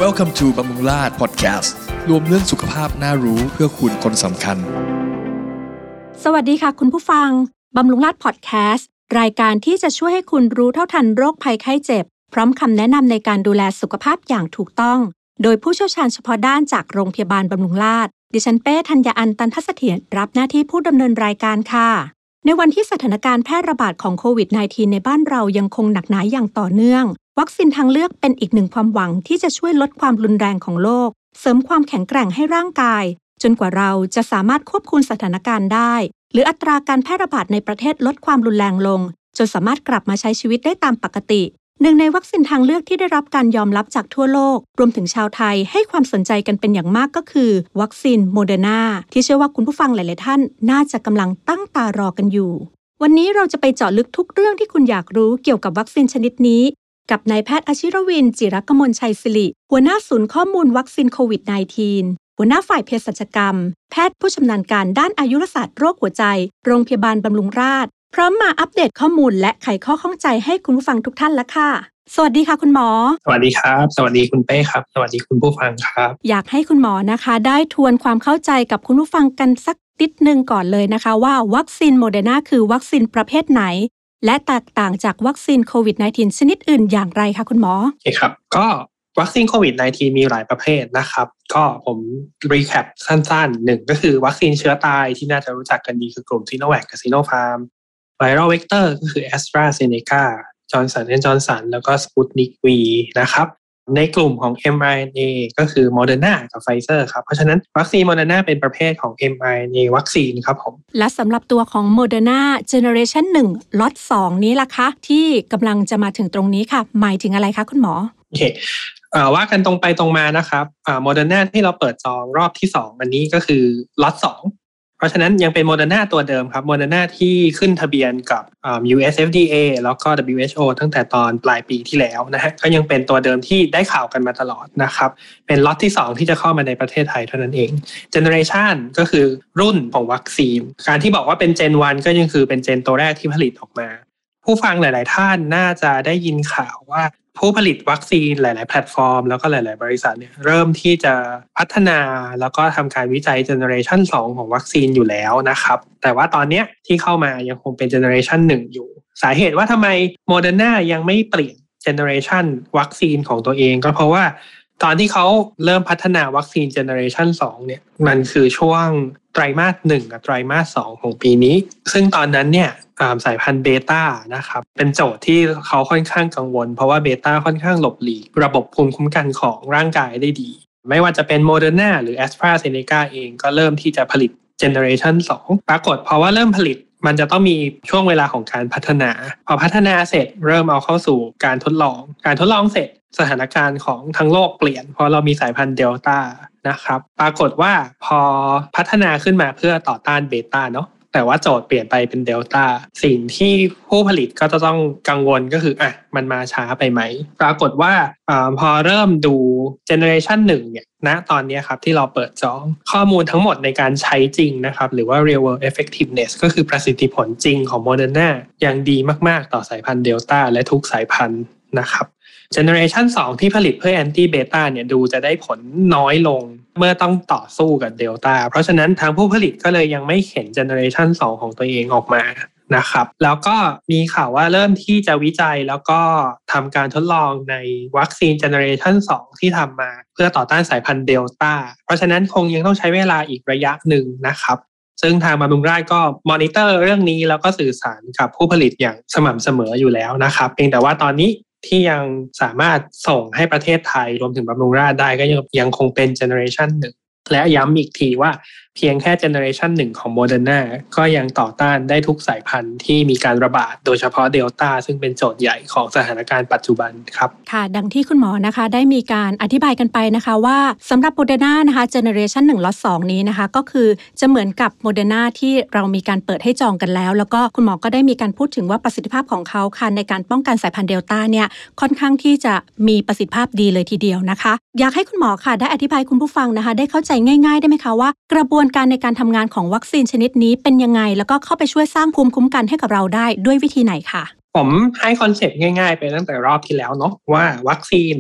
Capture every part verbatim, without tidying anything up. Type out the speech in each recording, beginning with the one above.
Welcome to บำรุงราษฎร์ Podcast รวมเรื่องสุขภาพน่ารู้เพื่อคุณคนสำคัญสวัสดีค่ะคุณผู้ฟังบำรุงราษฎร์ Podcast รายการที่จะช่วยให้คุณรู้เท่าทันโรคภัยไข้เจ็บพร้อมคำแนะนำในการดูแลสุขภาพอย่างถูกต้องโดยผู้เชี่ยวชาญเฉพาะด้านจากโรงพยาบาลบำรุงราษฎร์ดิฉันเป้ธัญญาอันตันทเสถียรรับหน้าที่ผู้ดำเนินรายการค่ะในวันที่สถานการณ์แพร่ระบาดของโควิด สิบเก้า ในบ้านเรายังคงหนักหนาอย่างต่อเนื่องวัคซีนทางเลือกเป็นอีกหนึ่งความหวังที่จะช่วยลดความรุนแรงของโรคเสริมความแข็งแกร่งให้ร่างกายจนกว่าเราจะสามารถควบคุมสถานการณ์ได้หรืออัตราการแพร่ระบาดในประเทศลดความรุนแรงลงจนสามารถกลับมาใช้ชีวิตได้ตามปกติหนึ่งในวัคซีนทางเลือกที่ได้รับการยอมรับจากทั่วโลกรวมถึงชาวไทยให้ความสนใจกันเป็นอย่างมากก็คือวัคซีนโมเดอร์นาที่เชื่อว่าคุณผู้ฟังหลายๆท่านน่าจะกำลังตั้งตารอกันอยู่วันนี้เราจะไปเจาะลึกทุกเรื่องที่คุณอยากรู้เกี่ยวกับวัคซีนชนิดนี้กับนายแพทย์อาชิรวินจิรกมลชัยศิริหัวหน้าศูนย์ข้อมูลวัคซีนโควิด สิบเก้า หัวหน้าฝ่ายเภสัชกรรมแพทย์ผู้ชำนาญการด้านอายุรศาสตร์โรคหัวใจโรงพยาบาลบำรุงราษฎร์พร้อมมาอัปเดตข้อมูลและไขข้อข้องใจให้คุณผู้ฟังทุกท่านแล้วค่ะสวัสดีค่ะคุณหมอสวัสดีครับสวัสดีคุณเป้ครับสวัสดีคุณผู้ฟังครับอยากให้คุณหมอนะคะได้ทวนความเข้าใจกับคุณผู้ฟังกันสักนิดนึงก่อนเลยนะคะว่าวัคซีนโมเดอร์นาคือวัคซีนประเภทไหนและแตกต่างจากวัคซีนโควิด สิบเก้า ชนิดอื่นอย่างไรคะคุณหมอโอเคครับก็วัคซีนโควิด สิบเก้า มีหลายประเภทนะครับก็ผมรีแคปสั้นๆหนึ่งก็คือวัคซีนเชื้อตายที่น่าจะรู้จักกันดีคือกลุ่มซิโนแวคกับซิโนฟาร์มไวรัลเวกเตอร์ก็คือ AstraZeneca Johnson แอนด์ Johnson แล้วก็ Sputnik V นะครับในกลุ่มของ เอ็ม อาร์ เอ็น เอ ก็คือ Moderna กับ Pfizer ครับเพราะฉะนั้นวัคซีน Moderna เป็นประเภทของ เอ็ม อาร์ เอ็น เอ วัคซีนครับผมและสำหรับตัวของ Moderna Generation หนึ่ง Lot สองนี้ล่ะคะที่กำลังจะมาถึงตรงนี้ค่ะหมายถึงอะไรคะคุณหมอโอเคเอ่อว่ากันตรงไปตรงมานะครับอ่า Moderna ที่เราเปิดจองรอบที่สองอันนี้ก็คือ Lot สองเพราะฉะนั้นยังเป็น Moderna ตัวเดิมครับ Moderna ที่ขึ้นทะเบียนกับ ยู เอส เอฟ ดี เอ แล้วก็ ดับเบิลยู เอช โอ ตั้งแต่ตอนปลายปีที่แล้วนะฮะก็ยังเป็นตัวเดิมที่ได้ข่าวกันมาตลอดนะครับเป็นล็อตที่สองที่จะเข้ามาในประเทศไทยเท่านั้นเอง Generation ก็คือรุ่นของวัคซีนการที่บอกว่าเป็น Gen วันก็ยังคือเป็น Gen ตัวแรกที่ผลิตออกมาผู้ฟังหลายๆท่านน่าจะได้ยินข่าวว่าผู้ผลิตวัคซีนหลายๆแพลตฟอร์มแล้วก็หลายๆบริษัทเนี่ยเริ่มที่จะพัฒนาแล้วก็ทำการวิจัยเจเนอเรชันสองของวัคซีนอยู่แล้วนะครับแต่ว่าตอนนี้ที่เข้ามายังคงเป็นเจเนอเรชันหนึ่งอยู่สาเหตุว่าทำไม Moderna ยังไม่เปลี่ยนเจเนอเรชันวัคซีนของตัวเองก็เพราะว่าตอนที่เขาเริ่มพัฒนาวัคซีนเจเนอเรชันสองเนี่ยมันคือช่วงไตรมาสหนึ่งกับไตรมาสสองของปีนี้ซึ่งตอนนั้นเนี่ยสายพันธุ์เบต้านะครับเป็นโจทย์ที่เขาค่อนข้างกังวลเพราะว่าเบต้าค่อนข้างหลบหลีกระบบภูมิคุ้มกันของร่างกายได้ดีไม่ว่าจะเป็น Moderna หรือ AstraZeneca เองก็เริ่มที่จะผลิตเจเนอเรชันสองปรากฏเพราะว่าเริ่มผลิตมันจะต้องมีช่วงเวลาของการพัฒนาพอพัฒนาเสร็จเริ่มเอาเข้าสู่การทดลองการทดลองเสร็จสถานการณ์ของทั้งโลกเปลี่ยนเพราะเรามีสายพันธุ์เดลต้านะครับปรากฏว่าพอพัฒนาขึ้นมาเพื่อต่อต้านเบต้าเนาะแต่ว่าโจทย์เปลี่ยนไปเป็นเดลต้าสิ่งที่ผู้ผลิตก็จะต้องกังวลก็คืออ่ะมันมาช้าไปไหมปรากฏว่าอ่าพอเริ่มดูเจเนอเรชันหนึ่งเนี่ยณตอนนี้ครับที่เราเปิดจองข้อมูลทั้งหมดในการใช้จริงนะครับหรือว่า real world effectiveness ก็คือประสิทธิผลจริงของ Moderna ยังดีมากๆต่อสายพันธุ์เดลต้าและทุกสายพันธุ์นะครับGeneration สองที่ผลิตเพื่อ Anti Beta เนี่ยดูจะได้ผลน้อยลงเมื่อต้องต่อสู้กับเดลต้าเพราะฉะนั้นทางผู้ผลิตก็เลยยังไม่เข็น Generation สองของตัวเองออกมานะครับแล้วก็มีข่าวว่าเริ่มที่จะวิจัยแล้วก็ทำการทดลองในวัคซีน Generation สองที่ทำมาเพื่อต่อต้านสายพันธุ์เดลต้าเพราะฉะนั้นคงยังต้องใช้เวลาอีกระยะหนึ่งนะครับซึ่งทางบำรุงราษฎร์ก็มอนิเตอร์เรื่องนี้แล้วก็สื่อสารกับผู้ผลิตอย่างสม่ำเสมออยู่แล้วนะครับเพียงแต่ว่าตอนนี้ที่ยังสามารถส่งให้ประเทศไทยรวมถึงบำรุงราษฎร์ได้ก็ยังยังคงเป็นเจเนอเรชันหนึ่งและย้ำอีกทีว่าเพียงแค่เจเนอเรชันหนึ่งของ Moderna ก็ยังต่อต้านได้ทุกสายพันธุ์ที่มีการระบาดโดยเฉพาะเดลต้าซึ่งเป็นโจทย์ใหญ่ของสถานการณ์ปัจจุบันครับค่ะดังที่คุณหมอนะคะได้มีการอธิบายกันไปนะคะว่าสำหรับ Moderna นะคะเจเนอเรชันหนึ่งล็อตสองนี้นะคะก็คือจะเหมือนกับ Moderna ที่เรามีการเปิดให้จองกันแล้วแล้วก็คุณหมอก็ได้มีการพูดถึงว่าประสิทธิภาพของเขาค่ะในการป้องกันสายพันธุ์เดลต้าเนี่ยค่อนข้างที่จะมีประสิทธิภาพดีเลยทีเดียวนะคะอยากให้คุณหมอค่ะได้อธิบายคุณผู้ฟังนะคะได้เข้าใจง่ายๆได้ไหมคะว่ากระบวนการในการทำงานของวัคซีนชนิดนี้เป็นยังไงแล้วก็เข้าไปช่วยสร้างภูมิคุ้มกันให้กับเราได้ด้วยวิธีไหนค่ะผมให้คอนเซ็ปต์ง่ายๆไปตั้งแต่รอบที่แล้วเนาะว่าวัคซีน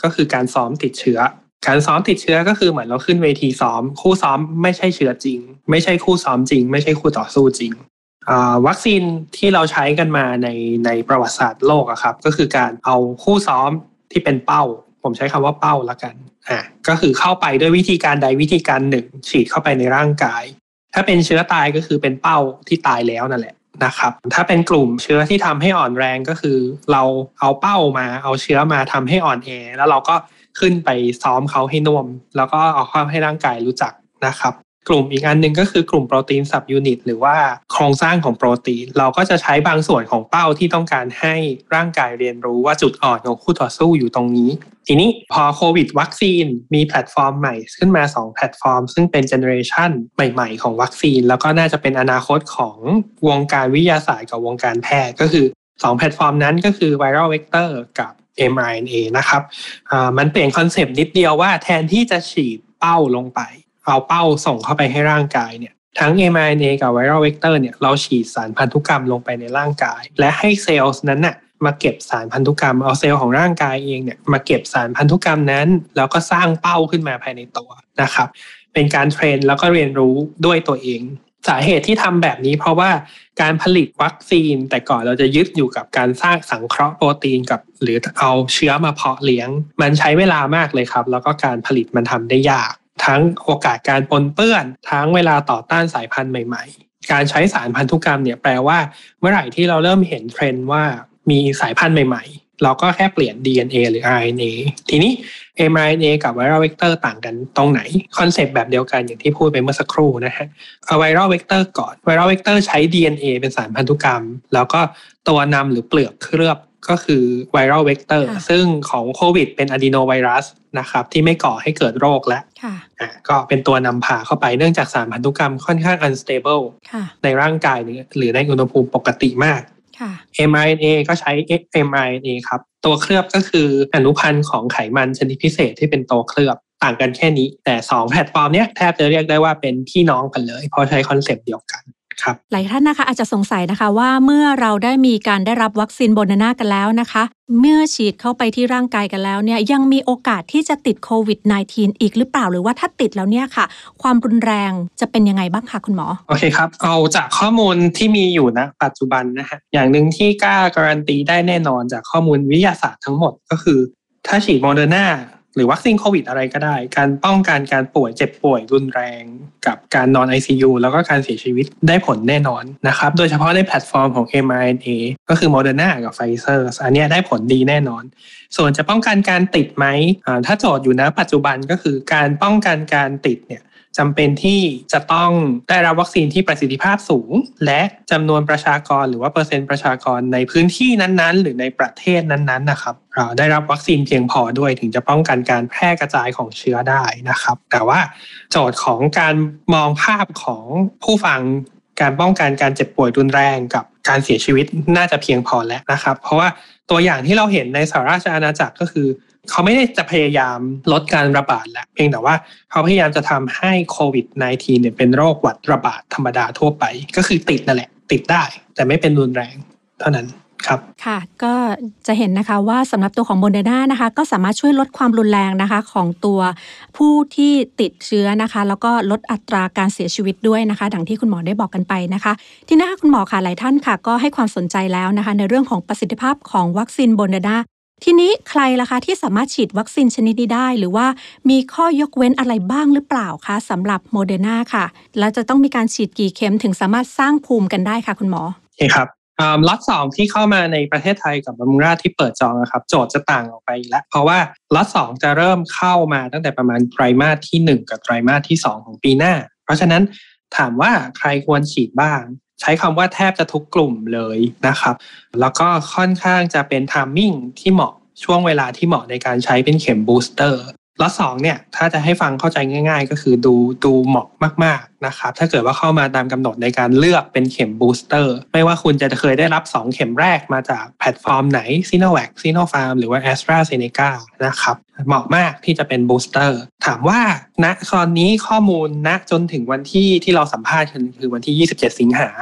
ก็คือการซ้อมติดเชื้อการซ้อมติดเชื้อก็คือเหมือนเราขึ้นเวทีซ้อมคู่ซ้อมไม่ใช่เชื้อจริงไม่ใช่คู่ซ้อมจริงไม่ใช่คู่ต่อสู้จริงวัคซีนที่เราใช้กันมาในในประวัติศาสตร์โลกอะครับก็คือการเอาคู่ซ้อมที่เป็นเป้าผมใช้คำว่าเป้าละกันอ่ะก็คือเข้าไปด้วยวิธีการใดวิธีการหนึ่งฉีดเข้าไปในร่างกายถ้าเป็นเชื้อตายก็คือเป็นเป้าที่ตายแล้วนั่นแหละนะครับถ้าเป็นกลุ่มเชื้อที่ทำให้อ่อนแรงก็คือเราเอาเป้ามาเอาเชื้อมาทำให้อ่อนแอแล้วเราก็ขึ้นไปซ้อมเขาให้น่วมแล้วก็เอาเข้าให้ร่างกายรู้จักนะครับกลุ่มอีกอันนึงก็คือกลุ่มโปรตีนซับยูนิตหรือว่าโครงสร้างของโปรตีนเราก็จะใช้บางส่วนของเป้าที่ต้องการให้ร่างกายเรียนรู้ว่าจุดอ่อนของคู่ต่อสู้อยู่ตรงนี้ทีนี้พอโควิดวัคซีนมีแพลตฟอร์มใหม่ขึ้นมาสองแพลตฟอร์มซึ่งเป็นเจเนอเรชันใหม่ๆของวัคซีนแล้วก็น่าจะเป็นอนาคตของวงการวิทยาศาสตร์กับวงการแพทย์ก็คือสองแพลตฟอร์มนั้นก็คือ Viral Vector กับ เอ็ม อาร์ เอ็น เอ นะครับอ่ามันเปลี่ยนคอนเซปต์นิดเดียวว่าแทนที่จะฉีดเป้าลงไปเอาเป้าส่งเข้าไปให้ร่างกายเนี่ยทั้ง เอ็ม อาร์ เอ็น เอ กับ Viral Vector เนี่ยเราฉีดสารพันธุกรรมลงไปในร่างกายและให้เซลล์นั้นน่ะมาเก็บสารพันธุกรรมเอาเซลล์ของร่างกายเองเนี่ยมาเก็บสารพันธุกรรมนั้นแล้วก็สร้างเป้าขึ้นมาภายในตัวนะครับเป็นการเทรนแล้วก็เรียนรู้ด้วยตัวเองสาเหตุที่ทำแบบนี้เพราะว่าการผลิตวัคซีนแต่ก่อนเราจะยึดอยู่กับการสร้างสังเคราะห์โปรตีนกับหรือเอาเชื้อมาเพาะเลี้ยงมันใช้เวลามากเลยครับแล้วก็การผลิตมันทำได้ยากทั้งโอกาสการปนเปื้อนทั้งเวลาต่อต้านสายพันธุ์ใหม่ๆการใช้สารพันธุกรรมเนี่ยแปลว่าเมื่อไหร่ที่เราเริ่มเห็นเทรนด์ว่ามีสายพันธุ์ใหม่ๆเราก็แค่เปลี่ยน ดี เอ็น เอ หรือ อาร์ เอ็น เอ ทีนี้ เอ็ม อาร์ เอ็น เอ กับ Viral Vector ต่างกันตรงไหนคอนเซปต์แบบเดียวกันอย่างที่พูดไปเมื่อสักครู่นะฮะเอา Viral Vector ก่อน Viral Vector ใช้ ดี เอ็น เอ เป็นสารพันธุกรรมแล้วก็ตัวนำหรือเปลือกเคลือบก็คือ Viral Vector ซึ่งของโควิดเป็น Adenovirus นะครับที่ไม่ก่อให้เกิดโรคแล้วอ่ะก็เป็นตัวนำพาเข้าไปเนื่องจากสารพันธุกรรมค่อนข้าง unstable ในร่างกายหรือในอุณหภูมิปกติมาก เอ็ม อาร์ เอ็น เอ ก็ใช้ เอ็ม อาร์ เอ็น เอ ครับตัวเคลือบก็คืออนุพันธ์ของไขมันชนิดพิเศษที่เป็นตัวเคลือบต่างกันแค่นี้แต่สองแพลตฟอร์มเนี้ยแทบจะเรียกได้ว่าเป็นพี่น้องกันเลยเพราะใช้คอนเซปต์เดียวกันครับหลายท่านนะคะอาจจะสงสัยนะคะว่าเมื่อเราได้มีการได้รับวัคซีนโมเดอร์นากันแล้วนะคะเมื่อฉีดเข้าไปที่ร่างกายกันแล้วเนี่ยยังมีโอกาสที่จะติดโควิด สิบเก้า อีกหรือเปล่าหรือว่าถ้าติดแล้วเนี่ยค่ะความรุนแรงจะเป็นยังไงบ้างคะคุณหมอโอเคครับเอาจากข้อมูลที่มีอยู่นะปัจจุบันนะฮะอย่างนึงที่กล้าการันตีได้แน่นอนจากข้อมูลวิทยาศาสตร์ทั้งหมดก็คือถ้าฉีดโมเดอร์นาหรือวัคซีนโควิดอะไรก็ได้การป้องกันการป่วยเจ็บป่วยรุนแรงกับการนอน ไอ ซี ยู แล้วก็การเสียชีวิตได้ผลแน่นอนนะครับโดยเฉพาะในแพลตฟอร์มของ เอ็ม อาร์ เอ็น เอ ก็คือ Moderna กับ Pfizer อันนี้ได้ผลดีแน่นอนส่วนจะป้องกันการติดไหมถ้าโจทย์อยู่นะปัจจุบันก็คือการป้องกันการติดเนี่ยจำเป็นที่จะต้องได้รับวัคซีนที่ประสิทธิภาพสูงและจำนวนประชากรหรือว่าเปอร์เซ็นต์ประชากรในพื้นที่นั้นๆหรือในประเทศนั้นๆนะครับได้รับวัคซีนเพียงพอด้วยถึงจะป้องกันการแพร่กระจายของเชื้อได้นะครับแต่ว่าโจทย์ของการมองภาพของผู้ฟังการป้องกันการเจ็บป่วยรุนแรงกับการเสียชีวิตน่าจะเพียงพอแล้วนะครับเพราะว่าตัวอย่างที่เราเห็นในสหราชอาณาจักรก็คือเขาไม่ได้จะพยายามลดการระบาดแล้วเพียงแต่ว่าเขาพยายามจะทำให้โควิด สิบเก้า เนี่ยเป็นโรคหวัดระบาดธรรมดาทั่วไปก็คือติดนั่นแหละติดได้แต่ไม่เป็นรุนแรงเท่านั้นครับค่ะก็จะเห็นนะคะว่าสำหรับตัวของโมเดอร์นานะคะก็สามารถช่วยลดความรุนแรงนะคะของตัวผู้ที่ติดเชื้อนะคะแล้วก็ลดอัตราการเสียชีวิตด้วยนะคะดังที่คุณหมอได้บอกกันไปนะคะทีนี้คุณหมอค่ะหลายท่านค่ะก็ให้ความสนใจแล้วนะคะในเรื่องของประสิทธิภาพของวัคซีนโมเดอร์นาทีนี้ใครล่ะคะที่สามารถฉีดวัคซีนชนิดนี้ได้หรือว่ามีข้อยกเว้นอะไรบ้างหรือเปล่าคะสำหรับโมเดอร์นาค่ะแล้วจะต้องมีการฉีดกี่เข็มถึงสามารถสร้างภูมิกันได้ค่ะคุณหมอโอเคครับล็อตสองที่เข้ามาในประเทศไทยกับบำรุงราษฎร์ที่เปิดจองนะครับโจทย์จะต่างออกไปแล้วเพราะว่าล็อตสองจะเริ่มเข้ามาตั้งแต่ประมาณไตรมาสที่หนึ่งกับไตรมาสที่สองของปีหน้าเพราะฉะนั้นถามว่าใครควรฉีดบ้างใช้คำว่าแทบจะทุกกลุ่มเลยนะครับแล้วก็ค่อนข้างจะเป็นไทมิ่งที่เหมาะช่วงเวลาที่เหมาะในการใช้เป็นเข็มบูสเตอร์ล็อตสองเนี่ยถ้าจะให้ฟังเข้าใจง่ายๆก็คือดูดูเหมาะมากๆนะครับถ้าเกิดว่าเข้ามาตามกำหนดในการเลือกเป็นเข็มบูสเตอร์ไม่ว่าคุณจะเคยได้รับสองเข็มแรกมาจากแพลตฟอร์มไหน Sinovac Sinopharm หรือว่า AstraZeneca นะครับเหมาะมากที่จะเป็นบูสเตอร์ถามว่าณตอนนี้ข้อมูลณจนถึงวันที่ที่เราสัมภาษณ์กันคือวันที่ยี่สิบเจ็ดสิงหา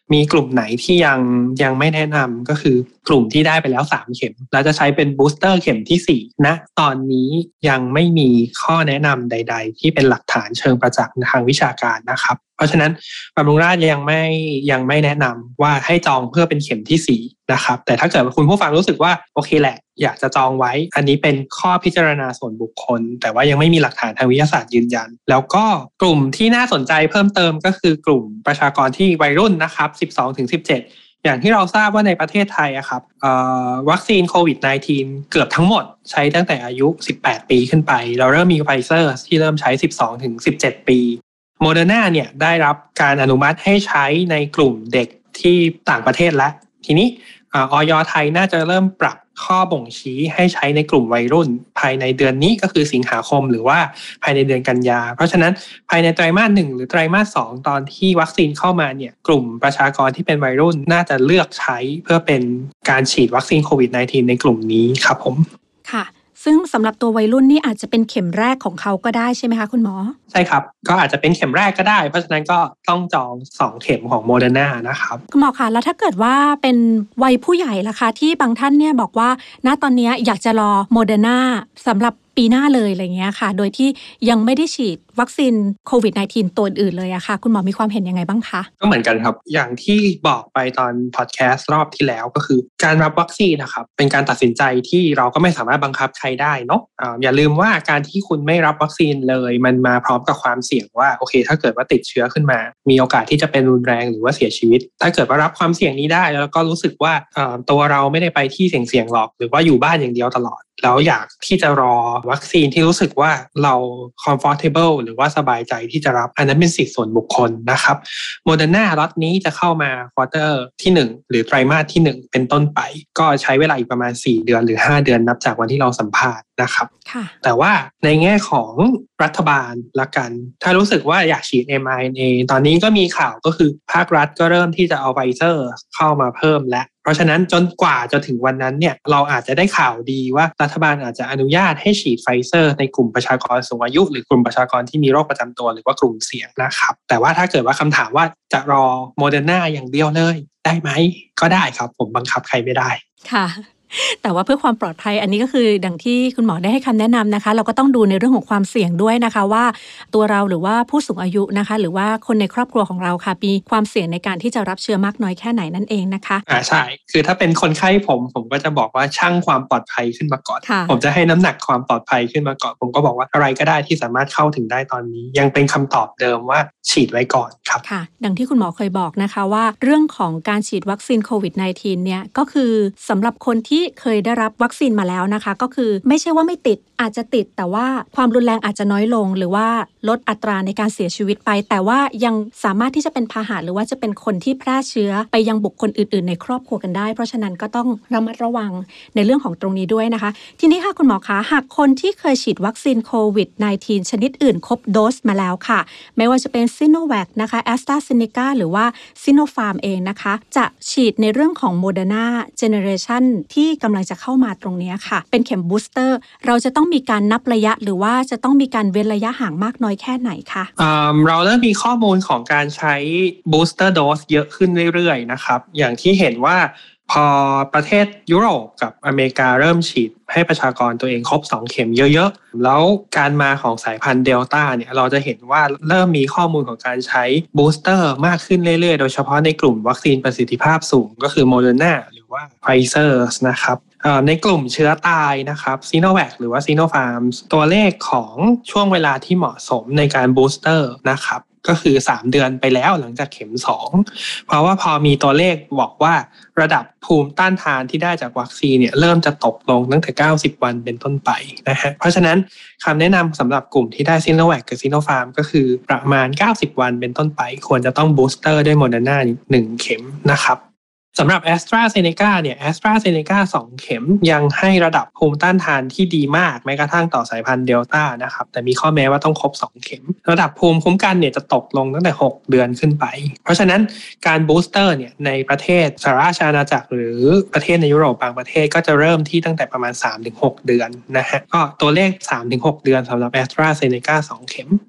มีกลุ่มไหนที่ยังยังไม่แนะนำก็คือกลุ่มที่ได้ไปแล้วสามเข็มแล้วจะใช้เป็นบูสเตอร์เข็มที่สี่นะตอนนี้ยังไม่มีข้อแนะนำใดๆที่เป็นหลักฐานเชิงประจักษ์ทางวิชาการนะครับเพราะฉะนั้นบำรุงราษฎร์ยังไม่ยังไม่แนะนำว่าให้จองเพื่อเป็นเข็มที่สี่นะครับแต่ถ้าเกิดคุณผู้ฟังรู้สึกว่าโอเคแหละอยากจะจองไว้อันนี้เป็นข้อพิจารณาส่วนบุคคลแต่ว่ายังไม่มีหลักฐานทางวิทยาศาสตร์ยืนยันแล้วก็กลุ่มที่น่าสนใจเพิ่มเติมก็คือกลุ่มประชากรที่วัยรุ่นนะครับ สิบสองถึงสิบเจ็ด อย่างที่เราทราบว่าในประเทศไทยอะครับวัคซีนโควิด สิบเก้า เกือบทั้งหมดใช้ตั้งแต่อายุสิบแปดปีขึ้นไปเราเริ่มมีไฟเซอร์ที่เริ่มใช้ สิบสองถึงสิบเจ็ด ปีโมเดอร์นาเนี่ยได้รับการอนุมัติให้ใช้ในกลุ่มเด็กที่ต่างประเทศแล้วทีนี้อย.ไทยน่าจะเริ่มปรับข้อบ่งชี้ให้ใช้ในกลุ่มวัยรุ่นภายในเดือนนี้ก็คือสิงหาคมหรือว่าภายในเดือนกันยาเพราะฉะนั้นภายในไตรมาสหนึ่งหรือไตรมาสสองตอนที่วัคซีนเข้ามาเนี่ยกลุ่มประชากรที่เป็นวัยรุ่นน่าจะเลือกใช้เพื่อเป็นการฉีดวัคซีนโควิด สิบเก้า ในกลุ่มนี้ครับผมค่ะซึ่งสำหรับตัววัยรุ่นนี่อาจจะเป็นเข็มแรกของเขาก็ได้ใช่ไหมคะคุณหมอใช่ครับก็อาจจะเป็นเข็มแรกก็ได้เพราะฉะนั้นก็ต้องจองสองเข็มของโมเดอร์นานะครับคุณหมอคะแล้วถ้าเกิดว่าเป็นวัยผู้ใหญ่ล่ะคะที่บางท่านเนี่ยบอกว่าณตอนนี้อยากจะรอโมเดอร์นาสำหรับปีหน้าเลยอะไรเงี้ยค่ะโดยที่ยังไม่ได้ฉีดวัคซีนโควิด สิบเก้า ตัวอื่นเลยอะค่ะคุณหมอมีความเห็นยังไงบ้างคะก็เหมือนกันครับอย่างที่บอกไปตอนพอดแคสต์รอบที่แล้วก็คือการรับวัคซีนนะครับเป็นการตัดสินใจที่เราก็ไม่สามารถบังคับใครได้เนาะ อ่า อย่าลืมว่าการที่คุณไม่รับวัคซีนเลยมันมาพร้อมกับความเสี่ยงว่าโอเคถ้าเกิดว่าติดเชื้อขึ้นมามีโอกาสที่จะเป็นรุนแรงหรือว่าเสียชีวิตถ้าเกิดว่ารับความเสี่ยงนี้ได้แล้วก็รู้สึกว่าตัวเราไม่ได้ไปที่เสี่ยงๆหรอกหรือว่าอยู่บ้านอย่างเดียวตลอดแล้วอยากที่จะรอวัคซีนที่รู้สึกว่าเรา comfortable หรือว่าสบายใจที่จะรับอันนั้นเป็นสิทธิส่วนบุคคลนะครับโมเดอร์นาล็อตนี้จะเข้ามาควอเตอร์ที่หนึ่งหรือไตรมาสที่หนึ่งเป็นต้นไปก็ใช้เวลาอีกประมาณสี่เดือนหรือห้าเดือนนับจากวันที่เราสัมภาษณ์นะครับแต่ว่าในแง่ของรัฐบาลละกันถ้ารู้สึกว่าอยากฉีด เอ็ม อาร์ เอ็น เอ ตอนนี้ก็มีข่าวก็คือภาครัฐก็เริ่มที่จะเอาไฟเซอร์เข้ามาเพิ่มแล้วเพราะฉะนั้นจนกว่าจะถึงวันนั้นเนี่ยเราอาจจะได้ข่าวดีว่ารัฐบาลอาจจะอนุญาตให้ฉีดไฟเซอร์ในกลุ่มประชากรสูงอายุหรือกลุ่มประชากรที่มีโรคประจำตัวหรือว่ากลุ่มเสี่ยงนะครับแต่ว่าถ้าเกิดว่าคำถามว่าจะรอโมเดอร์นาอย่างเดียวเลยได้ไหมก็ได้ครับผมบังคับใครไม่ได้ค่ะแต่ว่าเพื่อความปลอดภัยอันนี้ก็คือดังที่คุณหมอได้ให้คำแนะนำนะคะเราก็ต้องดูในเรื่องของความเสี่ยงด้วยนะคะว่าตัวเราหรือว่าผู้สูงอายุนะคะหรือว่าคนในครอบครัวของเราค่ะมีความเสี่ยงในการที่จะรับเชื้อมากน้อยแค่ไหนนั่นเองนะคะอ่าใช่คือถ้าเป็นคนไข้ผมผมก็จะบอกว่าชั่งความปลอดภัยขึ้นมาก่อนผมจะให้น้ำหนักความปลอดภัยขึ้นมาก่อนผมก็บอกว่าอะไรก็ได้ที่สามารถเข้าถึงได้ตอนนี้ยังเป็นคำตอบเดิมว่าฉีดไว้ก่อนครับค่ะดังที่คุณหมอเคยบอกนะคะว่าเรื่องของการฉีดวัคซีนโควิด สิบเก้า เนี่ยก็คือสำหรับคนที่เคยได้รับวัคซีนมาแล้วนะคะก็คือไม่ใช่ว่าไม่ติดอาจจะติดแต่ว่าความรุนแรงอาจจะน้อยลงหรือว่าลดอัตราในการเสียชีวิตไปแต่ว่ายังสามารถที่จะเป็นพาหะหรือว่าจะเป็นคนที่แพร่เชื้อไปยังบุคคลอื่นๆในครอบครัวกันได้เพราะฉะนั้นก็ต้องระมัดระวังในเรื่องของตรงนี้ด้วยนะคะทีนี้ค่ะคุณหมอคะหากคนที่เคยฉีดวัคซีนโควิด สิบเก้า ชนิดอื่นครบโดสมาแล้วค่ะไม่ว่าจะเป็นซิโนแวคนะคะแอสตราเซเนกาหรือว่าซิโนฟาร์มเองนะคะจะฉีดในเรื่องของโมเดอร์นาเจเนเรชันที่กำลังจะเข้ามาตรงนี้ค่ะเป็นเข็มบูสเตอร์เราจะต้องมีการนับระยะหรือว่าจะต้องมีการเว้นระยะห่างมากน้อยแค่ไหนคะเราเริ่มมีข้อมูลของการใช้บูสเตอร์โดสเยอะขึ้นเรื่อยๆนะครับอย่างที่เห็นว่าพอประเทศยุโรปกับอเมริกาเริ่มฉีดให้ประชากรตัวเองครบสองเข็มเยอะๆแล้วการมาของสายพันธุ์เดลต้าเนี่ยเราจะเห็นว่าเริ่มมีข้อมูลของการใช้บูสเตอร์มากขึ้นเรื่อยๆโดยเฉพาะในกลุ่มวัคซีนประสิทธิภาพสูงก็คือโมเดอร์นาหรือว่าไฟเซอร์นะครับในกลุ่มเชื้อตายนะครับซีโนแวคหรือว่าซีโนฟาร์มตัวเลขของช่วงเวลาที่เหมาะสมในการบูสเตอร์นะครับก็คือสามเดือนไปแล้วหลังจากเข็มสองเพราะว่าพอมีตัวเลขบอกว่าระดับภูมิต้านทานที่ได้จากวัคซีนเนี่ยเริ่มจะตกลงตั้งแต่เก้าสิบวันเป็นต้นไปนะฮะเพราะฉะนั้นคำแนะนำสำหรับกลุ่มที่ได้ซีโนแวคกับซีโนฟาร์มก็คือประมาณเก้าสิบวันเป็นต้นไปควรจะต้องบูสเตอร์ด้วยโมเดอร์นาหนึ่งเข็มนะครับสำหรับ AstraZeneca เนี่ย AstraZeneca สองเข็มยังให้ระดับภูมิต้านทานที่ดีมากแม้กระทั่งต่อสายพันธุ์เดลต้านะครับแต่มีข้อแม้ว่าต้องครบสองเข็มระดับภูมิคุ้มกันเนี่ยจะตกลงตั้งแต่หกเดือนขึ้นไปเพราะฉะนั้นการบูสเตอร์เนี่ยในประเทศสหราชอาณาจักรหรือประเทศในยุโรปบางประเทศก็จะเริ่มที่ตั้งแต่ประมาณ สามถึงหก เดือนนะฮะก็ตัวเลข สามถึงหก เดือนสำหรับ AstraZeneca สองเข็ม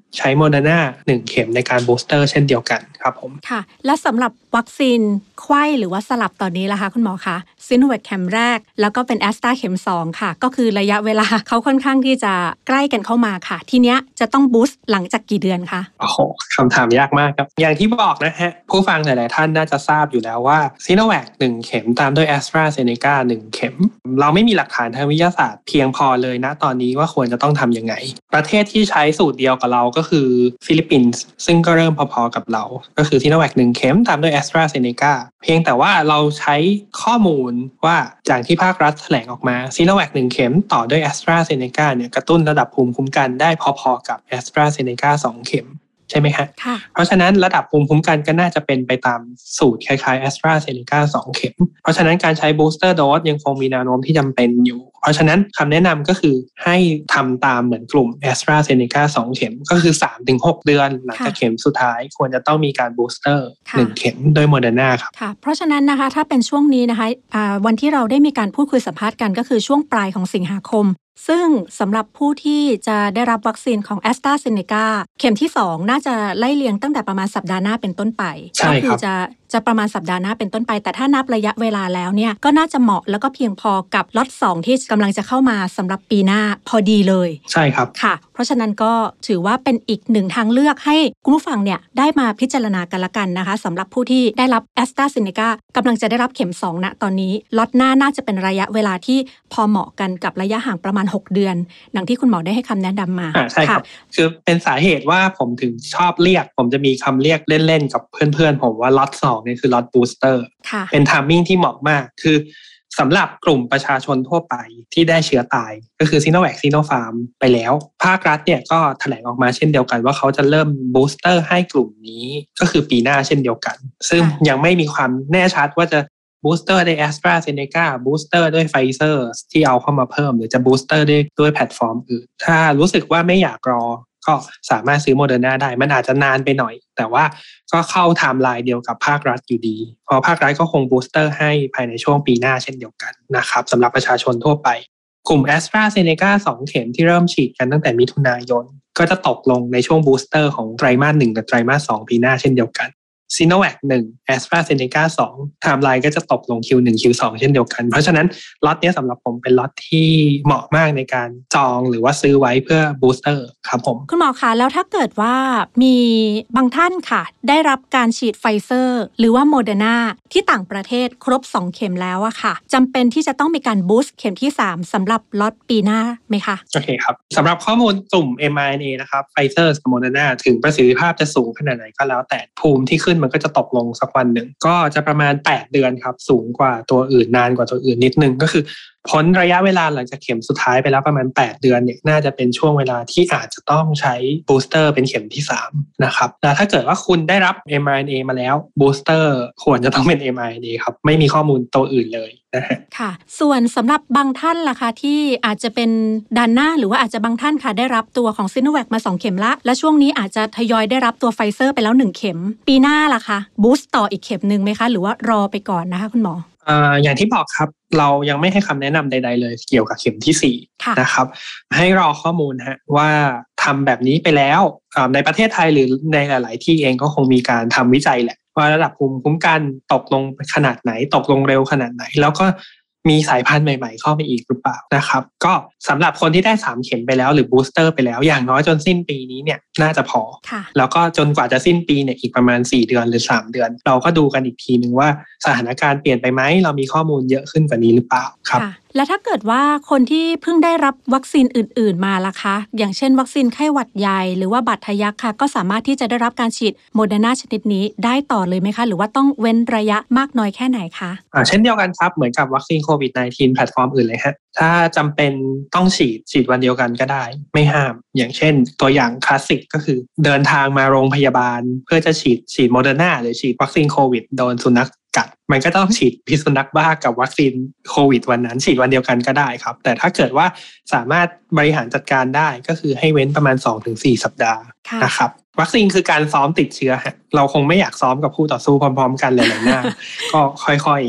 ใช้โมเดอร์นาหนึ่งเข็มในการบูสเตอร์เช่นเดียวกันครับผมค่ะและสำหรับวัคซีนไข้หรือว่าสลับตอนนี้ล่ะคะคุณหมอคะซิโนแวคเข็มแรกแล้วก็เป็นแอสตราเข็มสองค่ะก็คือระยะเวลาเขาค่อนข้างที่จะใกล้กันเข้ามาค่ะทีเนี้ยจะต้องบูสต์หลังจากกี่เดือนคะโอ้โหคำถามยากมากครับอย่างที่บอกนะฮะผู้ฟังหลายๆท่านน่าจะทราบอยู่แล้วว่าซิโนแวคหนึ่งเข็มตามด้วยแอสตราเซเนกาหนึ่งเข็มเราไม่มีหลักฐานทางวิทยาศาสตร์เพียงพอเลยนะตอนนี้ว่าควรจะต้องทำยังไงประเทศที่ใช้สูตรเดียวกับเราก็คือฟิลิปปินส์ซึ่งก็เริ่มพอๆกับเราก็คือซิโนแวคหนึ่งเข็มตามด้วยแอสตราเซเนกาเพียงแต่ว่าเราใช้ข้อมูลว่าจากที่ภาครัฐแถลงออกมาซิโนแวคหนึ่งเข็มต่อด้วยแอสตราเซเนกาเนี่ยกระตุ้นระดับภูมิคุ้มกันได้พอๆกับแอสตราเซเนกาสองเข็มใช่ไหมฮะเพราะฉะนั้นระดับภูมิคุ้มกันก็น่าจะเป็นไปตามสูตรคล้ายๆ AstraZeneca สองเข็มเพราะฉะนั้นการใช้ booster dose ยังคงมีแนวโน้มที่จำเป็นอยู่เพราะฉะนั้นคำแนะนำก็คือให้ทำตามเหมือนกลุ่ม AstraZeneca สองเข็มก็คือ สามถึงหก เดือนหลังจากเข็มสุดท้ายควรจะต้องมีการ booster หนึ่งเข็มโดย Moderna ครับค่ะเพราะฉะนั้นนะคะถ้าเป็นช่วงนี้นะคะวันที่เราได้มีการพูดคุยสัมภาษณ์กันก็คือช่วงปลายของสิงหาคมซึ่งสำหรับผู้ที่จะได้รับวัคซีนของ AstraZeneca เข็มที่สองน่าจะไล่เลียงตั้งแต่ประมาณสัปดาห์หน้าเป็นต้นไปก็คือจะจะประมาณสัปดาห์หน้าเป็นต้นไปแต่ถ้านับระยะเวลาแล้วเนี่ยก็น่าจะเหมาะแล้วก็เพียงพอกับล็อตสองที่กำลังจะเข้ามาสำหรับปีหน้าพอดีเลยใช่ครับค่ะเพราะฉะนั้นก็ถือว่าเป็นอีกหนึ่งทางเลือกให้คุณผู้ฟังเนี่ยได้มาพิจารณากันละกันนะคะสำหรับผู้ที่ได้รับ AstraZeneca กำลังจะได้รับเข็มสองณตอนนี้ล็อตหน้าน่าจะเป็นระยะเวลาที่พอเหมาะกันกับระยะห่างประมาณหกเดือนดังที่คุณหมอได้ให้คำแนะนำมาอ่าใช่ครับคือเป็นสาเหตุว่าผมถึงชอบเรียกผมจะมีคำเรียกเล่นๆกับเพื่อนๆผมว่าล็อตสองนี่คือล็อตบูสเตอร์เป็นไทมิ่งที่เหมาะมากคือสำหรับกลุ่มประชาชนทั่วไปที่ได้เชื้อตายก็คือซิโนแวคซิโนฟาร์มไปแล้วภาครัฐเนี่ยก็แถลงออกมาเช่นเดียวกันว่าเขาจะเริ่มบูสเตอร์ให้กลุ่มนี้ก็คือปีหน้าเช่นเดียวกันซึ่งยังไม่มีความแน่ชัดว่าจะบูสเตอร์ด้วย AstraZeneca บูสเตอร์ด้วย Pfizer ที่เอาเข้ามาเพิ่มหรือจะบูสเตอร์ด้วยด้วยแพลตฟอร์มอื่นถ้ารู้สึกว่าไม่อยากรอก็สามารถซื้อโมเดอร์นาได้มันอาจจะนานไปหน่อยแต่ว่าก็เข้าไทม์ไลน์เดียวกับภาครัฐอยู่ดีเพราะภาครัฐก็คงบูสเตอร์ให้ภายในช่วงปีหน้าเช่นเดียวกันนะครับสำหรับประชาชนทั่วไปกลุ่ม AstraZeneca สองเข็มที่เริ่มฉีดกันตั้งแต่มิถุนายนก็จะตกลงในช่วงบูสเตอร์ของไตรมาสหนึ่งกับไตรมาสสองปีหน้าเช่นเดียวกันซิโนแวคหนึ่ง AstraZeneca สองไทม์ไลน์ก็จะตกลง คิวหนึ่ง คิวสอง เช่นเดียวกันเพราะฉะนั้นล็อตนี้สำหรับผมเป็นล็อตที่เหมาะมากในการจองหรือว่าซื้อไว้เพื่อบูสเตอร์ครับผมคุณหมอคะแล้วถ้าเกิดว่ามีบางท่านค่ะได้รับการฉีดไฟเซอร์หรือว่าโมเดอร์นาที่ต่างประเทศครบสองเข็มแล้วอะค่ะจำเป็นที่จะต้องมีการบูสต์เข็มที่สามสำหรับล็อตปีหน้าไหมคะโอเคครับสำหรับข้อมูลกลุ่ม เอ็ม อาร์ เอ็น เอ นะครับไฟเซอร์กับโมเดอร์นาถึงประสิทธิภาพจะสูงขนาดไหนก็แล้วแต่ภูมิที่ขึ้นมันก็จะตกลงสักวันหนึ่งก็จะประมาณแปดเดือนครับสูงกว่าตัวอื่นนานกว่าตัวอื่นนิดนึงก็คือพ้นระยะเวลาหลังจากเข็มสุดท้ายไปแล้วประมาณแปดเดือนเนี่ยน่าจะเป็นช่วงเวลาที่อาจจะต้องใช้บูสเตอร์เป็นเข็มที่สามนะครับแต่ถ้าเกิดว่าคุณได้รับ เอ็ม อาร์ เอ็น เอ มาแล้วบูสเตอร์ควรจะต้องเป็น เอ็ม อาร์ เอ็น เอ ครับไม่มีข้อมูลตัวอื่นเลยนะฮะค่ะส่วนสำหรับบางท่านล่ะคะที่อาจจะเป็นด้านหน้าหรือว่าอาจจะบางท่านค่ะได้รับตัวของซิโนแวคมาสองเข็มละและช่วงนี้อาจจะทยอยได้รับตัวไฟเซอร์ไปแล้วหนึ่งเข็มปีหน้าล่ะคะบูสต์ต่ออีกเข็มนึงไหมคะหรือว่ารอไปก่อนนะคะคุณหมออ่าอย่างที่บอกครับเรายังไม่ให้คำแนะนำใดๆเลยเกี่ยวกับเข็มที่สี่นะครับให้รอข้อมูลฮะว่าทำแบบนี้ไปแล้วในประเทศไทยหรือในหลายๆที่เองก็คงมีการทำวิจัยแหละว่าระดับภูมิคุ้มกันตกลงขนาดไหนตกลงเร็วขนาดไหนแล้วก็มีสายพันธุ์ใหม่ๆเข้ามาอีกหรือเปล่านะครับก็สำหรับคนที่ได้สามเข็มไปแล้วหรือบูสเตอร์ไปแล้วอย่างน้อยจนสิ้นปีนี้เนี่ยน่าจะพอแล้วก็จนกว่าจะสิ้นปีเนี่ยอีกประมาณสี่เดือนหรือสามเดือนเราก็ดูกันอีกทีนึงว่าสถานการณ์เปลี่ยนไปไหมเรามีข้อมูลเยอะขึ้นกว่านี้หรือเปล่าครับและถ้าเกิดว่าคนที่เพิ่งได้รับวัคซีนอื่นๆมาล่ะคะอย่างเช่นวัคซีนไข้หวัดใหญ่หรือว่าบาดทะยักค่ะก็สามารถที่จะได้รับการฉีดโมเดอร์นาชนิดนี้ได้ต่อเลยไหมคะหรือว่าต้องเว้นระยะมากน้อยแค่ไหนคะอ่าเช่นเดียวกันครับเหมือนกับวัคซีนโควิด สิบเก้า แพลตฟอร์มอื่นเลยฮะถ้าจำเป็นต้องฉีดฉีดวันเดียวกันก็ได้ไม่ห้ามอย่างเช่นตัวอย่างคลาสสิกก็คือเดินทางมาโรงพยาบาลเพื่อจะฉีดฉีดโมเดอร์นาหรือฉีดวัคซีนโควิดโดนสุนัขกัดมันก็ต้องฉีดพิษสุนัขบ้ากับวัคซีนโควิดวันนั้นฉีดวันเดียวกันก็ได้ครับแต่ถ้าเกิดว่าสามารถบริหารจัดการได้ก็คือให้เว้นประมาณ สองถึงสี่ สัปดาห์นะครับวัคซีนคือการซ้อมติดเชื้อฮะเราคงไม่อยากซ้อมกับคู่ต่อสู้พร้อมๆกันหลายๆหน้าก็ค่อย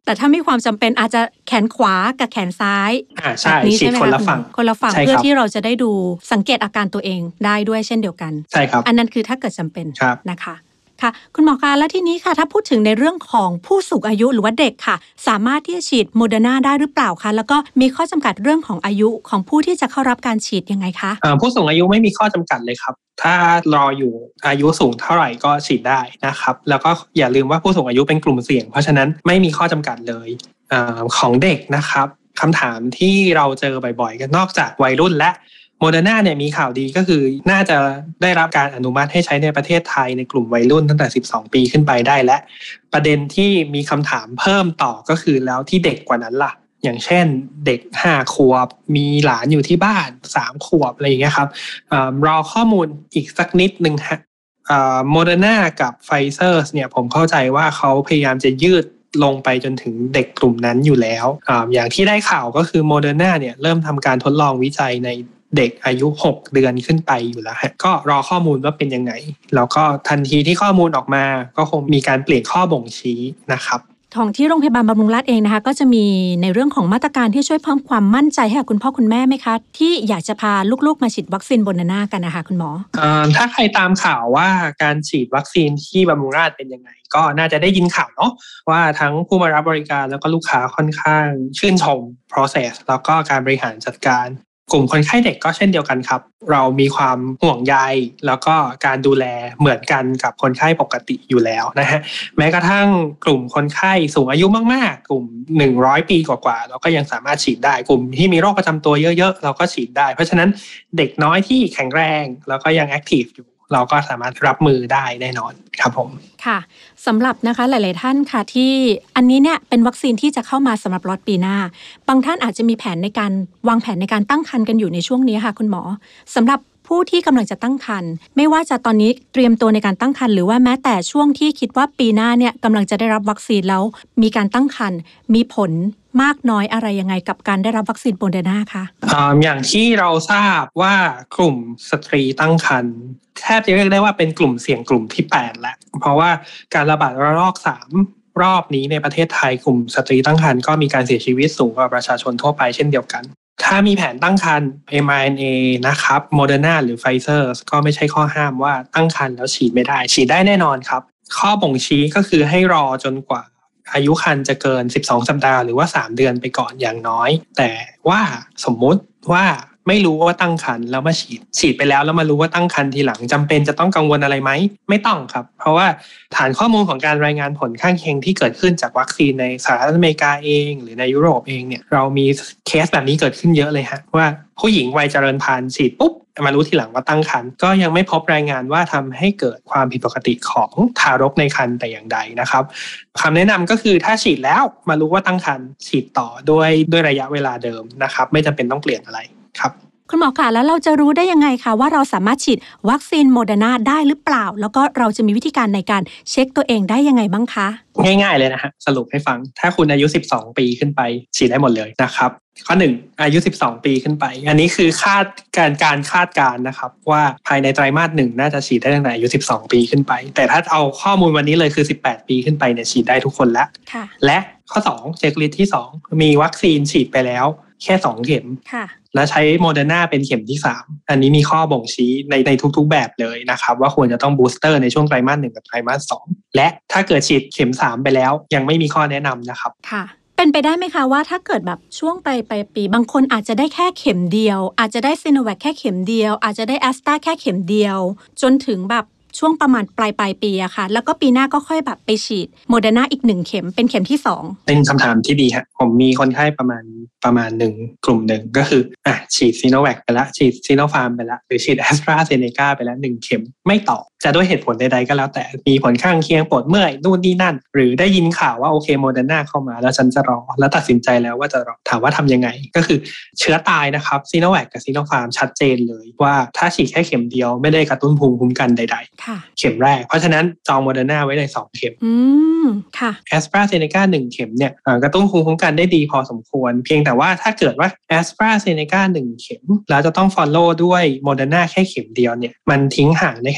แต่ถ้ามีความจำเป็นอาจจะแขนขวากับแขนซ้ายอ่าใช่ฉีดคนละฝั่งคนละฝั่งเพื่อที่เราจะได้ดูสังเกตอาการตัวเองได้ด้วยเช่นเดียวกันใช่ครับอันนั้นคือถ้าเกิดจำเป็นนะคะค่ะคุณหมอคะและที่นี้ค่ะถ้าพูดถึงในเรื่องของผู้สูงอายุหรือว่าเด็กค่ะสามารถที่จะฉีดโมเดอร์นาได้หรือเปล่าคะแล้วก็มีข้อจำกัดเรื่องของอายุของผู้ที่จะเข้ารับการฉีดยังไงคะผู้สูงอายุไม่มีข้อจำกัดเลยครับถ้ารออยู่อายุสูงเท่าไหร่ก็ฉีดได้นะครับแล้วก็อย่าลืมว่าผู้สูงอายุเป็นกลุ่มเสี่ยงเพราะฉะนั้นไม่มีข้อจำกัดเลยเอ่อของเด็กนะครับคำถามที่เราเจอบ่อยๆกันนอกจากวัยรุ่นและโมเดอร์นาเนี่ยมีข่าวดีก็คือน่าจะได้รับการอนุมัติให้ใช้ในประเทศไทยในกลุ่มวัยรุ่นตั้งแต่สิบสองปีขึ้นไปได้และประเด็นที่มีคำถามเพิ่มต่อก็คือแล้วที่เด็กกว่านั้นล่ะอย่างเช่นเด็กห้าขวบมีหลานอยู่ที่บ้านสามขวบอะไรอย่างเงี้ยครับรอข้อมูลอีกสักนิดนึงฮะโมเดอร์นากับไฟเซอร์เนี่ยผมเข้าใจว่าเขาพยายามจะยืดลงไปจนถึงเด็กกลุ่มนั้นอยู่แล้ว อ, อย่างที่ได้ข่าวก็คือโมเดอร์นาเนี่ยเริ่มทำการทดลองวิจัยในเด็กอายุหกเดือนขึ้นไปอยู่แล้วฮะก็รอข้อมูลว่าเป็นยังไงแล้วก็ทันทีที่ข้อมูลออกมาก็คงมีการเปลี่ยนข้อบ่งชี้นะครับของที่โรงพยาบาลบำรุงราษฎร์เองนะคะก็จะมีในเรื่องของมาตรการที่ช่วยเพิ่มความมั่นใจให้กับคุณพ่อคุณแม่ไหมคะที่อยากจะพาลูกๆมาฉีดวัคซีนโมเดอร์นากันนะคะคุณหมอเอ่อถ้าใครตามข่าวว่าการฉีดวัคซีนที่บำรุงราษฎร์เป็นยังไงก็น่าจะได้ยินข่าวเนาะว่าทั้งผู้มารับบริการแล้วก็ลูกค้าค่อนข้างชื่นชม process แล้วก็การบริหารจัดการกลุ่มคนไข้เด็กก็เช่นเดียวกันครับเรามีความห่วงใยแล้วก็การดูแลเหมือนกันกับคนไข้ปกติอยู่แล้วนะฮะแม้กระทั่งกลุ่มคนไข้สูงอายุมากๆกลุ่มหนึ่งร้อยปีกว่าๆเราก็ยังสามารถฉีดได้กลุ่มที่มีโรคประจำตัวเยอะๆเราก็ฉีดได้เพราะฉะนั้นเด็กน้อยที่แข็งแรงแล้วก็ยังแอคทีฟอยู่เราก็สามารถรับมือได้แน่นอนครับผมค่ะสำหรับนะคะหลายๆท่านค่ะที่อันนี้เนี่ยเป็นวัคซีนที่จะเข้ามาสำหรับล็อตปีหน้าบางท่านอาจจะมีแผนในการวางแผนในการตั้งครรภ์กันอยู่ในช่วงนี้ค่ะคุณหมอสำหรับผู้ที่กำลังจะตั้งครรภ์ไม่ว่าจะตอนนี้เตรียมตัวในการตั้งครรภ์หรือว่าแม้แต่ช่วงที่คิดว่าปีหน้าเนี่ยกำลังจะได้รับวัคซีนแล้วมีการตั้งครรภ์มีผลมากน้อยอะไรยังไงกับการได้รับวัคซีนโมเดอร์นาคะอ่าอย่างที่เราทราบว่ากลุ่มสตรีตั้งครรภ์แทบจะเรียกได้ว่าเป็นกลุ่มเสี่ยงกลุ่มที่แปดแล้วเพราะว่าการระบาดระลอกสามรอบนี้ในประเทศไทยกลุ่มสตรีตั้งครรภ์ก็มีการเสียชีวิตสูงกว่าประชาชนทั่วไปเช่นเดียวกันถ้ามีแผนตั้งครรภ์ เอ็ม อาร์ เอ็น เอ นะครับ Moderna หรือ Pfizer ก็ไม่ใช่ข้อห้ามว่าตั้งครรภ์แล้วฉีดไม่ได้ฉีดได้แน่นอนครับข้อบ่งชี้ก็คือให้รอจนกว่าอายุครรภ์จะเกินสิบสองสัปดาห์หรือว่าสามเดือนไปก่อนอย่างน้อยแต่ว่าสมมุติว่าไม่รู้ว่าตั้งครรภ์แล้วมาฉีดฉีดไปแล้วแล้วมารู้ว่าตั้งครรภ์ทีหลังจำเป็นจะต้องกังวลอะไรไหมไม่ต้องครับเพราะว่าฐานข้อมูลของการรายงานผลข้างเคียงที่เกิดขึ้นจากวัคซีนในสหรัฐอเมริกาเองหรือในยุโรปเองเนี่ยเรามีเคสแบบนี้เกิดขึ้นเยอะเลยฮะว่าผู้หญิงวัยเจริญพันธุ์ฉีดปุ๊บมารู้ทีหลังว่าตั้งครรภ์ก็ยังไม่พบรายงานว่าทำให้เกิดความผิดปกติของทารกในครรภ์แต่อย่างใดนะครับคำแนะนำก็คือถ้าฉีดแล้วมารู้ว่าตั้งครรภ์ฉีดต่อด้วยด้วยระยะเวลาเดิมนะครับไม่จำเป็นต้องเปลี่ยนอะไรครับคุณหมอคะแล้วเราจะรู้ได้ยังไงคะว่าเราสามารถฉีดวัคซีนโมเดอร์นาได้หรือเปล่าแล้วก็เราจะมีวิธีการในการเช็คตัวเองได้ยังไงบ้างคะง่ายๆเลยนะฮะสรุปให้ฟังถ้าคุณอายุสิบสองปีขึ้นไปฉีดได้หมดเลยนะครับข้อหนึ่งอายุสิบสองปีขึ้นไปอันนี้คือคาดการการคาดการนะครับว่าภายในไตรมาสหนึ่งน่าจะฉีดได้ตั้งแต่อายุสิบสองปีขึ้นไปแต่ถ้าเอาข้อมูลวันนี้เลยคือสิบแปดปีขึ้นไปเนี่ยฉีดได้ทุกคนแล้วและข้อสองเช็คลิสต์ที่สองมีวัคซีนฉีดไปแล้วแค่สองเข็มและใช้โมเดอร์นาเป็นเข็มที่สามอันนี้มีข้อบ่งชี้ในในทุกๆแบบเลยนะครับว่าควรจะต้องบูสเตอร์ในช่วงไตรมาสหนึ่งกับไตรมาสสองและถ้าเกิดฉีดเข็มสามไปแล้วยังไม่มีข้อแนะนำนะครับค่ะเป็นไปได้ไหมคะว่าถ้าเกิดแบบช่วงปลายปลายปีบางคนอาจจะได้แค่เข็มเดียวอาจจะได้ซีโนแวคแค่เข็มเดียวอาจจะได้แอสตราแค่เข็มเดียวจนถึงแบบช่วงประมาณปลายปลายปีอะค่ะแล้วก็ปีหน้าก็ค่อยแบบไปฉีดโมเดอร์นาอีกหนึ่งเข็มเป็นเข็มที่สองเป็นคำถามที่ดีฮะผมมีคนไข้ประมาณประมาณหนึ่งกลุ่มหนึ่งก็คืออ่ะฉีดซีโนแวคไปแล้วฉีดซีโนฟาร์มไปแล้วหรือฉีดแอสตราเซเนกาไปแล้วหนึ่งเข็มไม่ต่อจะด้วยเหตุผลใดๆก็แล้วแต่มีผลข้างเคียงปวดเมื่อยนู่นนี่นั่นหรือได้ยินข่าวว่าโอเคโมเดอร์นาเข้ามาแล้วฉันจะรอแล้วตัดสินใจแล้วว่าจะรอถามว่าทำยังไงก็คือเชื้อตายนะครับซีโนแวคกับซีโนฟาร์มชัดเจนเลยว่าถ้าฉีดแค่เข็มเดียวไม่ได้กระตุ้นภูมิคุ้มกันใดๆเข็มแรกเพราะฉะนั้นจองโมเดอร์นาไว้เลยสองเข็มอืมค่ะแอสตราเซเนกาหนึ่งเข็มเนี่ยกระตุ้นภูมิคุ้มกันได้ดีพอสมควรเพียงแต่ว่าถ้าเกิดว่าแอสตราเซเนกาหนึ่งเข็มแล้วจะต้อง follow ด้วยโมเดอร์นาแค่เข็มเดียวเนี่ยมันทิ้งห่างได้แค่ประมาณ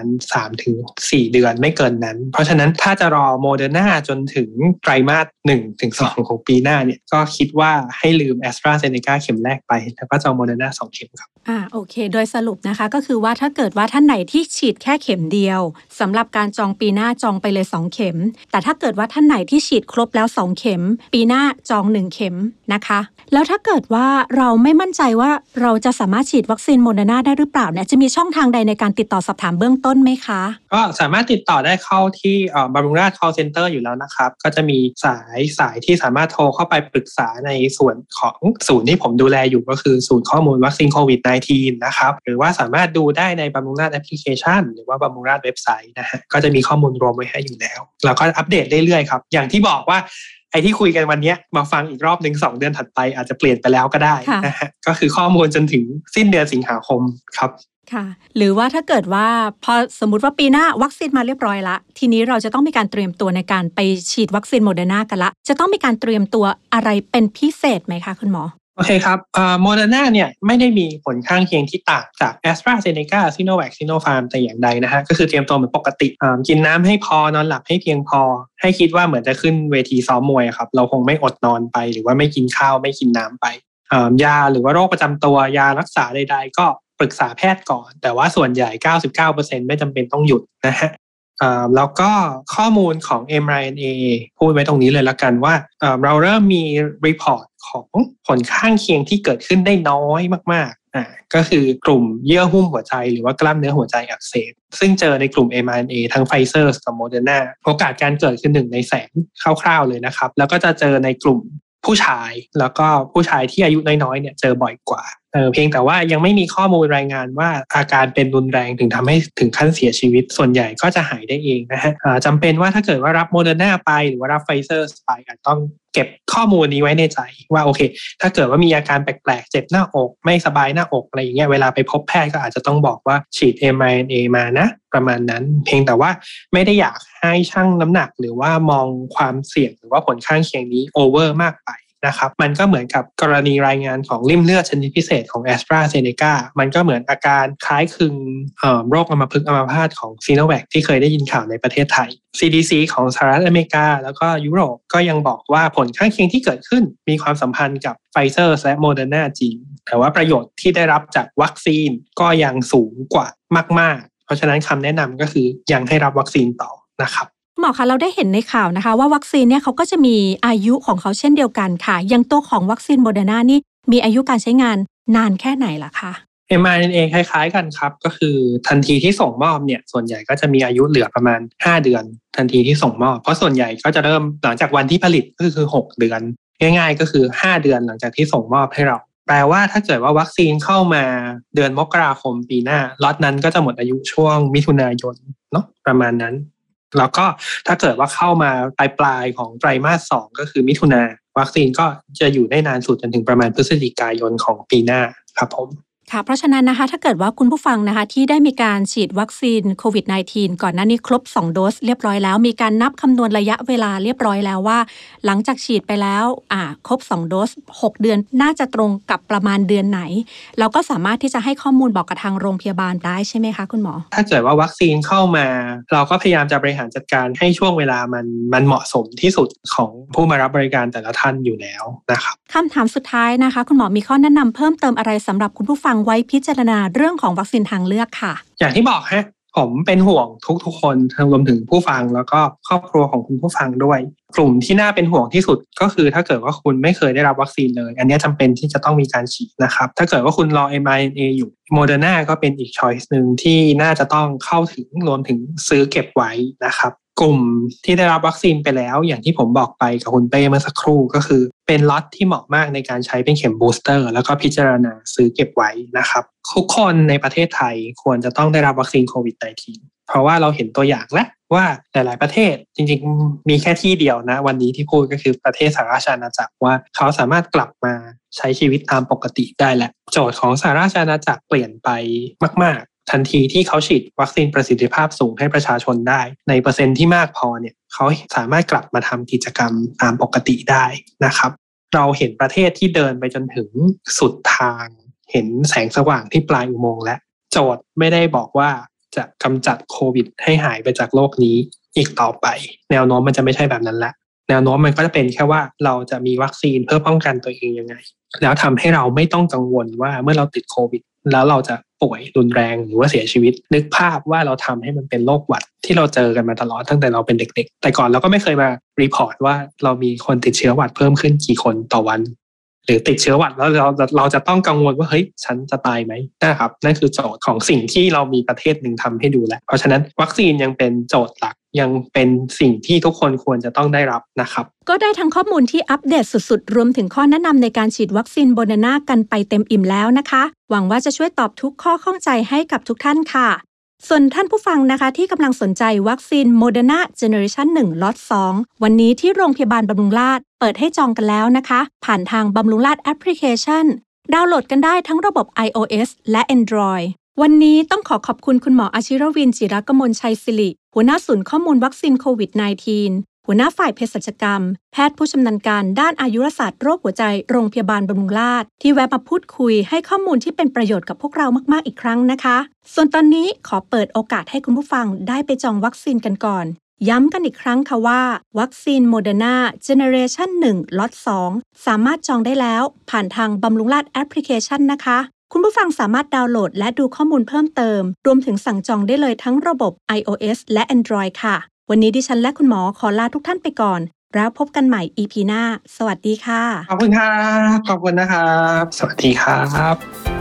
สามถึงสี่ เดือนไม่เกินนั้นเพราะฉะนั้นถ้าจะรอโมเดอร์นาจนถึงไตรมาสหนึ่งถึงสองของปีหน้าเนี่ยก็คิดว่าให้ลืม AstraZeneca เข็มแรกไปแล้วก็จะโมเดอร์นาสองเข็มครับอ่าโอเคโดยสรุปนะคะก็คือว่าถ้าเกิดว่าท่านไหนที่ฉีดแค่เข็มเดียวสำหรับการจองปีหน้าจองไปเลยสองเข็มแต่ถ้าเกิดว่าท่านไหนที่ฉีดครบแล้วสองเข็มปีหน้าจองหนึ่งเข็มนะคะแล้วถ้าเกิดว่าเราไม่มั่นใจว่าเราจะสามารถฉีดวัคซีนโมเดอร์นาได้หรือเปล่าเนี่ยจะมีช่องทางใดในการติดต่อสอบถามเบื้องต้นไหมคะก็สามารถติดต่อได้เข้าที่บำรุงราษฎร์ call center อยู่แล้วนะครับก็จะมีสายสายที่สามารถโทรเข้าไปปรึกษาในส่วนของศูนย์ที่ผมดูแลอยู่ก็คือศูนย์ข้อมูลวัคซีนโควิด สิบเก้า นะครับหรือว่าสามารถดูได้ในบำรุงราษฎร์แอปพลิเคชันหรือว่าบำรุงราษฎร์เว็บไซต์นะฮะก็จะมีข้อมูลรวมไว้ให้อยู่แล้วแล้วก็อัปเดตเรื่อยๆครับอย่างที่บอกว่าไอ้ที่คุยกันวันนี้มาฟังอีกรอบหนึ่งสองเดือนถัดไปอาจจะเปลี่ยนไปแล้วก็ได้นะฮะก็คือข้อมูลจนถึงสิ้นเดือนสิงหาคมครับค่ะหรือว่าถ้าเกิดว่าพอสมมุติว่าปีหน้าวัคซีนมาเรียบร้อยละทีนี้เราจะต้องมีการเตรียมตัวในการไปฉีดวัคซีนโมเดอร์นากันละจะต้องมีการเตรียมตัวอะไรเป็นพิเศษไหมคะคุณหมอโอเคครับเอ่อโมเดอร์นาเนี่ยไม่ได้มีผลข้างเคียงที่ต่างจาก AstraZeneca Sinovac Sinopharm แต่อย่างใดนะฮะก็คือเตรียมตัวเหมือนปกติอ่ากินน้ำให้พอนอนหลับให้เพียงพอให้คิดว่าเหมือนจะขึ้นเวทีซ้อมมวยครับเราคงไม่อดนอนไปหรือว่าไม่กินข้าวไม่กินน้ำไปอ่ายาหรือว่าโรคประจำตัวยารักษาใดๆก็ปรึกษาแพทย์ก่อนแต่ว่าส่วนใหญ่ เก้าสิบเก้าเปอร์เซ็นต์ ไม่จำเป็นต้องหยุดนะฮะอ่าแล้วก็ข้อมูลของ เอ็ม อาร์ เอ็น เอ พูดไว้ตรงนี้เลยละกันว่าเราเริ่มมีรีพอร์ตของผลข้างเคียงที่เกิดขึ้นได้น้อยมากๆอ่าก็คือกลุ่มเยื่อหุ้มหัวใจหรือว่ากล้ามเนื้อหัวใจอักเสบซึ่งเจอในกลุ่ม เอ็ม อาร์ เอ็น เอ ทั้ง Pfizer กับ Moderna โอกาสการเกิดคือหนึ่งในแสนคร่าวๆเลยนะครับแล้วก็จะเจอในกลุ่มผู้ชายแล้วก็ผู้ชายที่อายุน้อยๆเนี่ยเจอบ่อยกว่าเออเพียงแต่ว่ายังไม่มีข้อมูลรายงานว่าอาการเป็นรุนแรงถึงทำให้ถึงขั้นเสียชีวิตส่วนใหญ่ก็จะหายได้เองนะฮะอ่าจำเป็นว่าถ้าเกิดว่ารับโมเดอร์นาไปหรือว่ารับไฟเซอร์ไปอาจต้องเก็บข้อมูลนี้ไว้ในใจว่าโอเคถ้าเกิดว่ามีอาการแปลกๆเจ็บหน้าอกไม่สบายหน้าอกอะไรอย่างเงี้ยเวลาไปพบแพทย์ก็อาจจะต้องบอกว่าฉีด เอ็ม อาร์ เอ็น เอ มานะประมาณนั้นเพียงแต่ว่าไม่ได้อยากให้ชั่งน้ำหนักหรือว่ามองความเสี่ยงหรือว่าผลข้างเคียงนี้โอเวอร์มากไปนะครับมันก็เหมือนกับกรณีรายงานของริ่มเลือดชนิดพิเศษของ AstraZeneca มันก็เหมือนอาการคล้ายคลึงโรคอัมพฤกษ์อัมพาตของ Sinovac ที่เคยได้ยินข่าวในประเทศไทย ซี ดี ซี ของสหรัฐอเมริกาแล้วก็ยุโรปก็ยังบอกว่าผลข้างเคียงที่เกิดขึ้นมีความสัมพันธ์กับ Pfizer และ Moderna จริงแต่ว่าประโยชน์ที่ได้รับจากวัคซีนก็ยังสูงกว่ามากๆเพราะฉะนั้นคำแนะนำก็คือยังให้รับวัคซีนต่อนะครับหมอคะเราได้เห็นในข่าวนะคะว่าวัคซีนเนี่ยเขาก็จะมีอายุของเขาเช่นเดียวกันค่ะอย่างตัวของวัคซีนโมเดอร์นานี่มีอายุการใช้งานนานแค่ไหนล่ะคะเอ็ม อาร์ เอ็น เอ คล้ายๆกันครับก็คือทันทีที่ส่งมอบเนี่ยส่วนใหญ่ก็จะมีอายุเหลือประมาณห้าเดือนทันทีที่ส่งมอบเพราะส่วนใหญ่ก็จะเริ่มหลังจากวันที่ผลิตก็คือหกเดือนง่ายๆก็คือห้าเดือนหลังจากที่ส่งมอบให้เราแปลว่าถ้าเกิดว่าวัคซีนเข้ามาเดือนมกราคมปีหน้าล็อตนั้นก็จะหมดอายุช่วงมิถุนายนเนาะประมาณนั้นแล้วก็ถ้าเกิดว่าเข้ามาปลายปลายของไตรมาสสองก็คือมิถุนาวัคซีนก็จะอยู่ได้นานสุดจนถึงประมาณพฤศจิกายนของปีหน้าครับผมค่ะเพราะฉะนั้นนะคะถ้าเกิดว่าคุณผู้ฟังนะคะที่ได้มีการฉีดวัคซีนโควิด สิบเก้า ก่อนหน้านี้ครบสองโดสเรียบร้อยแล้วมีการนับคำนวณระยะเวลาเรียบร้อยแล้วว่าหลังจากฉีดไปแล้วอ่าครบสองโดสหกเดือนน่าจะตรงกับประมาณเดือนไหนเราก็สามารถที่จะให้ข้อมูลบอกกับทางโรงพยาบาลได้ใช่ไหมคะคุณหมอถ้าเกิดว่าวัคซีนเข้ามาเราก็พยายามจะบริหารจัดการให้ช่วงเวลามันมันเหมาะสมที่สุดของผู้มารับบริการแต่ละท่านอยู่แล้วนะครับคำถามสุดท้ายนะคะคุณหมอมีข้อแนะนำเพิ่มเติมอะไรสำหรับคุณผู้ฟังไว้พิจารณาเรื่องของวัคซีนทางเลือกค่ะอย่างที่บอกฮะผมเป็นห่วงทุกๆคนรวมถึงผู้ฟังแล้วก็ครอบครัวของคุณผู้ฟังด้วยกลุ่มที่น่าเป็นห่วงที่สุดก็คือถ้าเกิดว่าคุณไม่เคยได้รับวัคซีนเลยอันนี้จำเป็นที่จะต้องมีการฉีดนะครับถ้าเกิดว่าคุณรอ เอ็ม อาร์ เอ็น เอ อยู่ Moderna ก็เป็นอีก choice นึงที่น่าจะต้องเข้าถึงรวมถึงซื้อเก็บไว้นะครับกลุ่มที่ได้รับวัคซีนไปแล้วอย่างที่ผมบอกไปกับคุณเป้เมื่อสักครู่ก็คือเป็นล็อตที่เหมาะมากในการใช้เป็นเข็มบูสเตอร์แล้วก็พิจารณาซื้อเก็บไว้นะครับทุกคนในประเทศไทยควรจะต้องได้รับวัคซีนโควิด สิบเก้า เพราะว่าเราเห็นตัวอย่างแล้วว่าหลายๆประเทศจริงๆมีแค่ที่เดียวนะวันนี้ที่พูดก็คือประเทศสหราชอาณาจักรว่าเขาสามารถกลับมาใช้ชีวิตตามปกติได้แล้วโจทย์ของสหราชอาณาจักรเปลี่ยนไปมากๆทันทีที่เขาฉีดวัคซีนประสิทธิภาพสูงให้ประชาชนได้ในเปอร์เซ็นต์ที่มากพอเนี่ยเขาสามารถกลับมาทำกิจกรรมตามปกติได้นะครับเราเห็นประเทศที่เดินไปจนถึงสุดทางเห็นแสงสว่างที่ปลายอุโมงค์และโจทย์ไม่ได้บอกว่าจะกำจัดโควิดให้หายไปจากโลกนี้อีกต่อไปแนวโน้มมันจะไม่ใช่แบบนั้นละแนวโน้มมันก็จะเป็นแค่ว่าเราจะมีวัคซีนเพื่อป้องกันตัวเองยังไงแล้วทำให้เราไม่ต้องกังวลว่าเมื่อเราติดโควิดแล้วเราจะป่วยรุนแรงหรือว่าเสียชีวิตนึกภาพว่าเราทำให้มันเป็นโรคหวัดที่เราเจอกันมาตลอดตั้งแต่เราเป็นเด็กๆแต่ก่อนเราก็ไม่เคยมารีพอร์ตว่าเรามีคนติดเชื้อหวัดเพิ่มขึ้นกี่คนต่อวันหรือติดเชื้อหวัดแล้วเราเราจะต้องกังวลว่าเฮ้ยฉันจะตายไหมนะครับนั่นคือโจทย์ของสิ่งที่เรามีประเทศหนึ่งทำให้ดูแล้วเพราะฉะนั้นวัคซีนยังเป็นโจทย์หลักยังเป็นสิ่งที่ทุกคนควรจะต้องได้รับนะครับก็ได้ทั้งข้อมูลที่อัปเดตสุดๆรวมถึงข้อแนะนำในการฉีดวัคซีนโมเดอร์นากันไปเต็มอิ่มแล้วนะคะหวังว่าจะช่วยตอบทุกข้อข้องใจให้กับทุกท่านค่ะส่วนท่านผู้ฟังนะคะที่กำลังสนใจวัคซีนโมเดอร์นาเจเนอเรชันหนึ่งล็อตสองวันนี้ที่โรงพยาบาลบำรุงราษฎร์เปิดให้จองกันแล้วนะคะผ่านทางบำรุงราษฎร์แอปพลิเคชันดาวน์โหลดกันได้ทั้งระบบ iOS และ Android วันนี้ต้องขอขอบคุณคุณหมออาชิรวินจิรกมลชัยศิริหัวหน้าศูนย์ข้อมูลวัคซีนโควิด สิบเก้า หัวหน้าฝ่ายเภสัชกรรมแพทย์ผู้ชำนาญการด้านอายุรศาสตร์โรคหัวใจโรงพยาบาลบำรุงราษฎร์ที่แวะมาพูดคุยให้ข้อมูลที่เป็นประโยชน์กับพวกเรามากๆอีกครั้งนะคะส่วนตอนนี้ขอเปิดโอกาสให้คุณผู้ฟังได้ไปจองวัคซีนกันก่อนย้ำกันอีกครั้งค่ะว่าวัคซีนโมเดอร์นาเจเนอเรชันหนึ่งล็อตสองสามารถจองได้แล้วผ่านทางบำรุงราษฎร์แอปพลิเคชันนะคะคุณผู้ฟังสามารถดาวน์โหลดและดูข้อมูลเพิ่มเติมรวมถึงสั่งจองได้เลยทั้งระบบ iOS และ Android ค่ะวันนี้ดิฉันและคุณหมอขอลาทุกท่านไปก่อนแล้วพบกันใหม่ อี พี หน้าสวัสดีค่ะขอบคุณครับขอบคุณนะครับสวัสดีครับ